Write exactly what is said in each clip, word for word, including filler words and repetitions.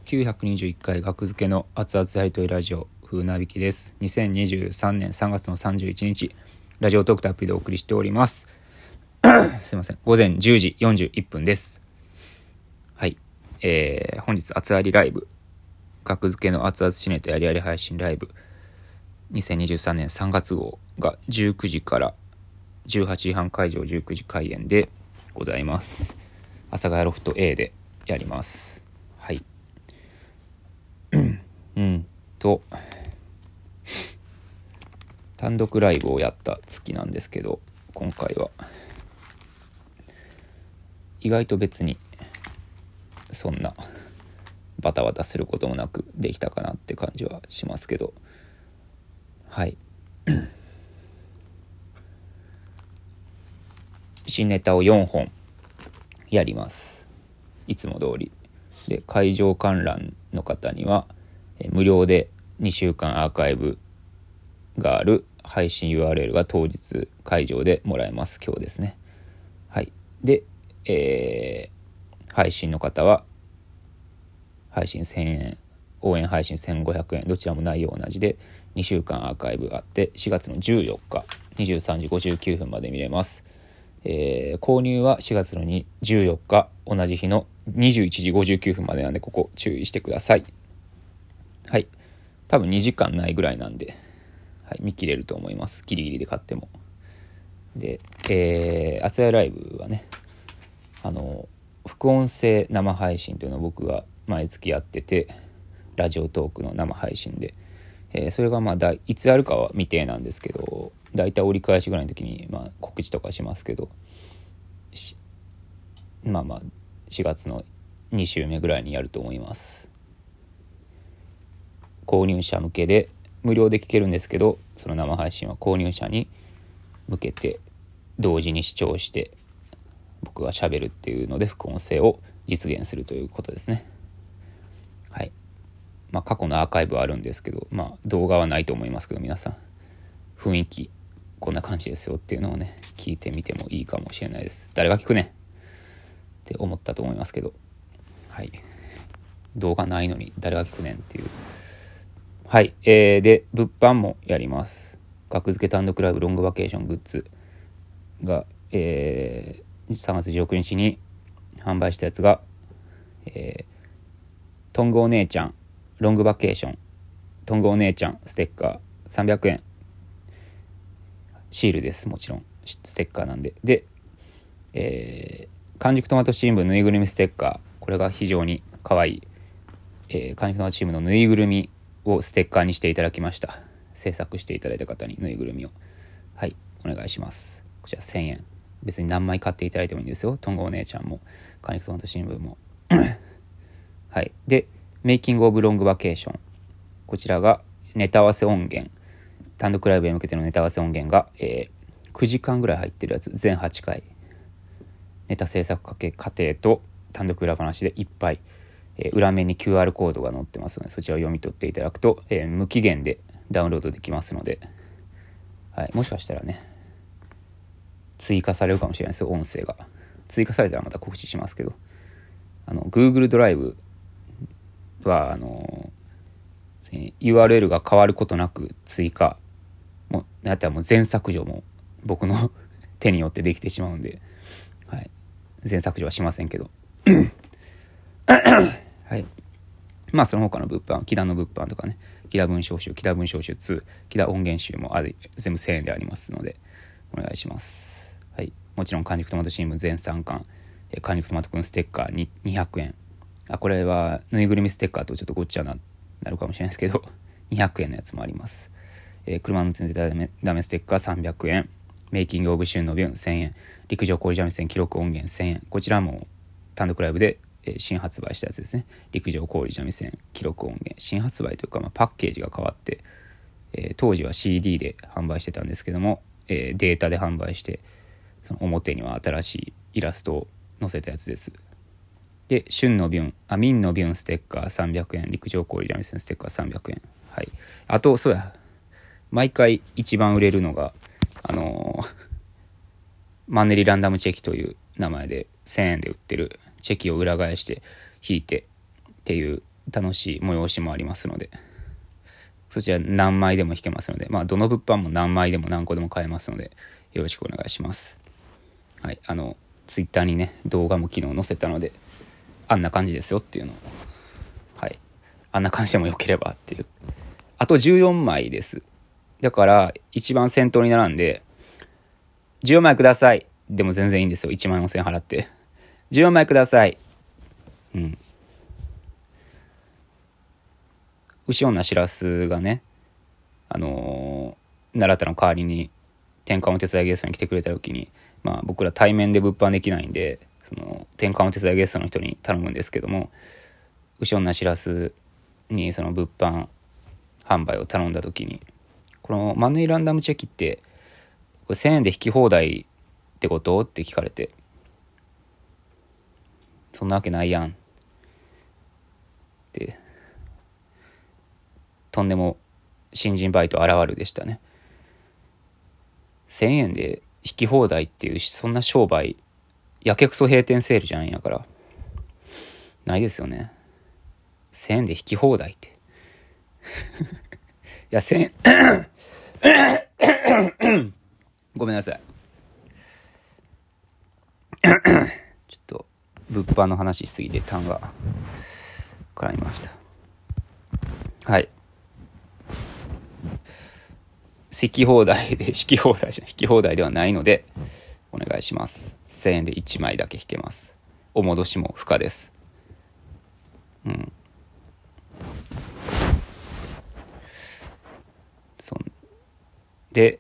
きゅうひゃくにじゅういっかい学付けの熱々やりとりラジオ風なびきです。にせんにじゅうさんねんさんがつのさんじゅういちにち、ラジオトークとアプリでお送りしております。すいません、午前じゅうじよんじゅういっぷんです。はい、えー、本日熱ありライブ、学付けの熱々しねたやりやり配信ライブにせんにじゅうさんねんさんがつ号がじゅうくじからじゅうはちじはん会場、じゅうくじ開演でございます。阿佐ヶ谷ロフト A でやります。はい。うんと単独ライブをやった月なんですけど、今回は意外と別にそんなバタバタすることもなくできたかなって感じはしますけど、はい新ネタをよんほんやります。いつも通りで、会場観覧の方には無料でにしゅうかんアーカイブがある配信 ユーアールエル が当日会場でもらえます。今日ですね。はいで、えー、配信の方は配信せんえん、応援配信せんごひゃくえん、どちらも内容同じでにしゅうかんアーカイブがあって、しがつのじゅうよっかにじゅうさんじごじゅうきゅうふんまで見れます。えー、購入はしがつのじゅうよっか同じ日のにじゅういちじごじゅうきゅうふんまでなんで、ここ注意してください。はい、多分にじかんないぐらいなんで、はい、見切れると思います。ギリギリで買っても。で、えー、アツヤライブはね、あの副音声生配信というのを僕が毎月やってて、ラジオトークの生配信で、えー、それがまあだいつあるかは未定なんですけど、だいたい折り返しぐらいの時にまあ告知とかしますけど、まあまあしがつのに週目ぐらいにやると思います。購入者向けで無料で聞けるんですけど、その生配信は購入者に向けて同時に視聴して僕が喋るっていうので、副音声を実現するということですね。はい。まあ過去のアーカイブはあるんですけど、まあ動画はないと思いますけど、皆さん雰囲気こんな感じですよっていうのをね、聞いてみてもいいかもしれないです。誰が聞くねんって思ったと思いますけど、はい。動画ないのに誰が聞くねんっていう。はい、えー、で物販もやります。学付け単独ライブロングバケーショングッズが、えー、さんがつじゅうくにちに販売したやつが、えー、トングお姉ちゃんロングバケーショントングお姉ちゃんステッカーさんびゃくえん、シールです。もちろんステッカーなんで。で、えー、完熟トマト新聞ぬいぐるみステッカー、これが非常にかわいい、えー、完熟トマト新聞のぬいぐるみをステッカーにしていただきました。制作していただいた方にぬいぐるみを、はいお願いします。こちらせんえん、別に何枚買っていただいてもいいんですよ。トンゴお姉ちゃんもカニクトマト新聞もはいで、メイキングオブロングバケーション、こちらがネタ合わせ音源、単独ライブへ向けてのネタ合わせ音源が、えー、くじかんぐらい入ってるやつ、全はちかい、ネタ制作過程と単独裏話でいっぱい、えー、裏面に キューアール コードが載ってますので、そちらを読み取っていただくと、えー、無期限でダウンロードできますので、はい、もしかしたらね追加されるかもしれないですよ。音声が追加されたらまた告知しますけど、あの Google ドライブはあの ユーアールエル が変わることなく追加もなったらもう全削除も僕の手によってできてしまうんで、はい、全削除はしませんけどはい、まあその他の物販、木田の物販とかね、木田文章集、木田文章集ツー、木田音源集もある、全部せんえんでありますのでお願いします。はい、もちろん完熟トマト新聞全さんかん、完熟トマトくんステッカーににひゃくえん、あこれはぬいぐるみステッカーとちょっとごっちゃななるかもしれないですけどにひゃくえんのやつもあります。えー、車の運転でダメ、ダメステッカーさんびゃくえん、メイキングオブ旬のビュンせんえん、陸上氷三味線記録音源せんえん、こちらも単独ライブで新発売したやつですね。陸上氷三味線記録音源、新発売というか、まあ、パッケージが変わって、えー、当時は シーディー で販売してたんですけども、えー、データで販売して、その表には新しいイラストを載せたやつです。で、旬のビュン、あミンのビュンステッカーさんびゃくえん、陸上氷三味線ステッカーさんびゃくえん。はい。あとそうや、毎回一番売れるのがあのー、マンネリランダムチェキという名前でせんえんで売ってるチェキを裏返して引いてっていう楽しい催しもありますので、そちら何枚でも引けますので、まあどの物販も何枚でも何個でも買えますので、よろしくお願いします。はい、あのツイッターにね動画も昨日載せたので、あんな感じですよっていうのを、はい、あんな感じでもよければっていう。あとじゅうよんまいです。だから一番先頭に並んでじゅうよんまいくださいでも全然いいんですよ。いちまんよんせんえん払ってじゅうよんまいください。うん牛女しらすがね、あのー、奈良田の代わりに転換お手伝いゲストに来てくれた時に、まあ僕ら対面で物販できないんで、その転換お手伝いゲストの人に頼むんですけども、牛女しらすにその物販販売を頼んだ時に、このマネーランダムチェキってこれせんえんで引き放題ってことって聞かれて、そんなわけないやんってとんでも新人バイト現るでしたね。せんえんで引き放題っていうそんな商売、やけくそ閉店セールじゃんやからないですよね。せんえんで引き放題っていやせんごめんなさいちょっと物販の話しすぎて痰が絡みました。はい、引き放題で引き放題じゃない引き放題ではないのでお願いします。せんえんでいちまいだけ引けます。お戻しも不可です。うんそんで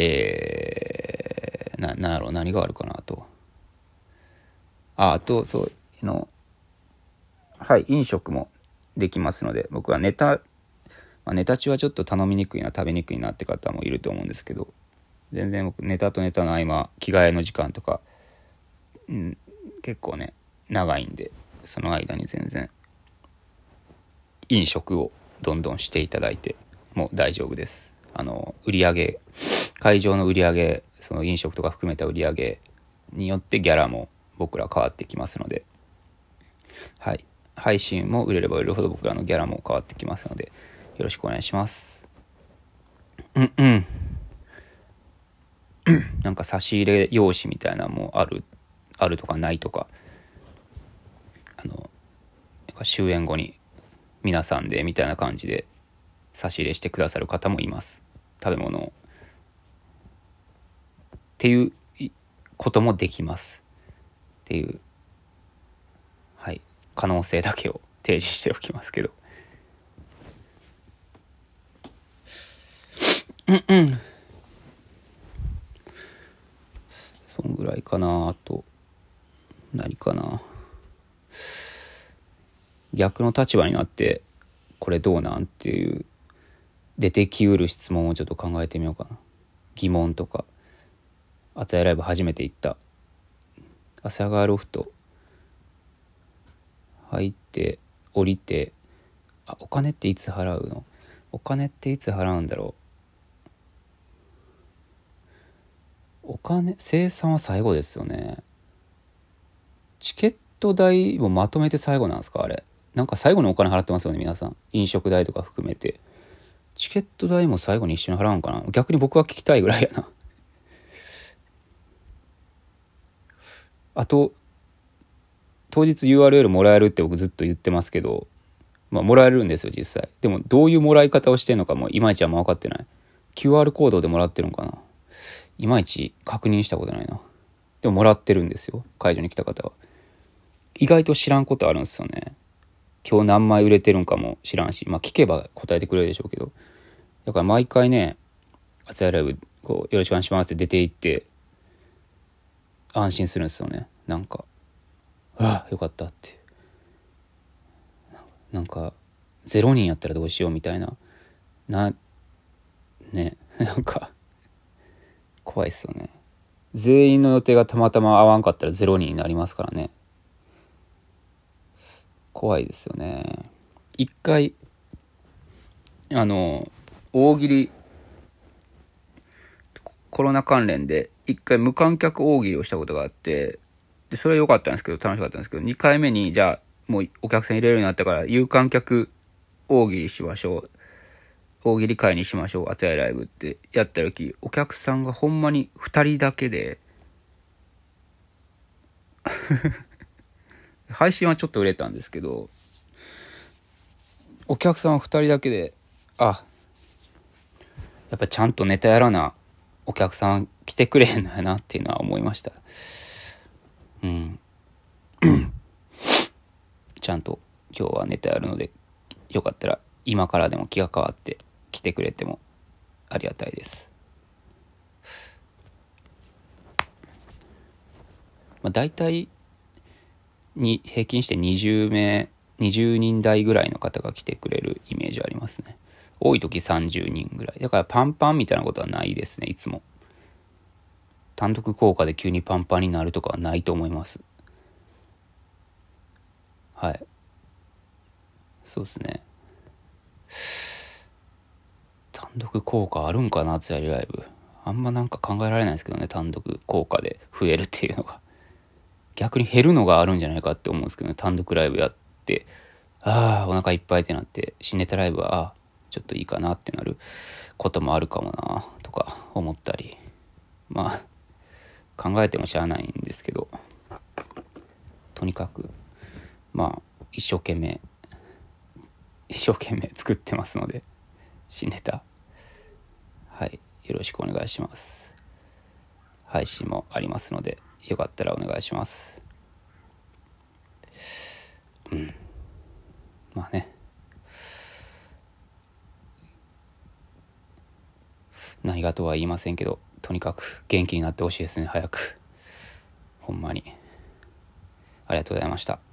えー、な、なんやろう何があるかなとああとそうのはい飲食もできますので、僕はネタまあ、ネタ中はちょっと頼みにくいな食べにくいなって方もいると思うんですけど、全然僕ネタとネタの合間着替えの時間とか、うん、結構ね長いんで、その間に全然飲食をどんどんしていただいても大丈夫です。あの売上会場の売上、その飲食とか含めた売上によってギャラも僕ら変わってきますので、はい配信も売れれば売れるほど僕らのギャラも変わってきますのでよろしくお願いします。うんうんなんか差し入れ用紙みたいなのもあるあるとかないとか、あの終演後に皆さんでみたいな感じで差し入れしてくださる方もいます。食べ物をっていうこともできますっていう、はい可能性だけを提示しておきますけど、うんうんそんぐらいかな。あと何かな、逆の立場になってこれどうなんっていう出てきうる質問をちょっと考えてみようかな。疑問とか、あつやライブ初めて行った朝川ロフト入って降りて、あお金っていつ払うの、お金っていつ払うんだろう。お金生産は最後ですよね。チケット代もまとめて最後なんですかあれ。なんか最後にお金払ってますよね皆さん。飲食代とか含めてチケット代も最後に一緒に払うんかな。逆に僕は聞きたいぐらいやな。あと当日 ユーアールエル もらえるって僕ずっと言ってますけど、まあもらえるんですよ実際。でもどういうもらい方をしてんのかもいまいちあんま分かってない。 キューアール コードでもらってるのかな、いまいち確認したことないな。でももらってるんですよ会場に来た方は。意外と知らんことあるんですよね。今日何枚売れてるんかも知らんし、まあ聞けば答えてくれるでしょうけど、だから毎回ねあつやライブこうよろしくお願いしますって出て行って安心するんですよね。なんかああよかったって、なんかゼロにんやったらどうしようみたいななねなんか怖いっすよね。全員の予定がたまたま合わんかったらゼロにんになりますからね。怖いですよね。一回あの大喜利コロナ関連で一回無観客大喜利をしたことがあって、でそれは良かったんですけど楽しかったんですけど、にかいめにじゃあもうお客さん入れるようになったから有観客大喜利しましょう、大喜利会にしましょう、あつやライブってやった時、お客さんがほんまにふたりだけで配信はちょっと売れたんですけど、お客さんはふたりだけで、あ、やっぱちゃんとネタやらなお客さん来てくれへんのやなっていうのは思いました。うんちゃんと今日はネタやるので、よかったら今からでも気が変わって来てくれてもありがたいです。まあ、大体に平均してにじゅうめいにじゅうにん台ぐらいの方が来てくれるイメージありますね。多い時さんじゅうにんぐらいだからパンパンみたいなことはないですね。いつも単独効果で急にパンパンになるとかはないと思います。はい、そうですね。単独効果あるんかな、つやりライブ。あんまなんか考えられないですけどね、単独効果で増えるっていうのが。逆に減るのがあるんじゃないかって思うんですけどね。単独ライブやってああお腹いっぱいってなって、新ネタライブはああちょっといいかなってなることもあるかもなとか思ったり、まあ考えてもしゃあないんですけど、とにかくまあ一生懸命一生懸命作ってますので、新ネタ、はいよろしくお願いします。配信もありますのでよかったらお願いします。うんまあね、何がとは言いませんけど、とにかく元気になってほしいですね。早くほんまにありがとうございました。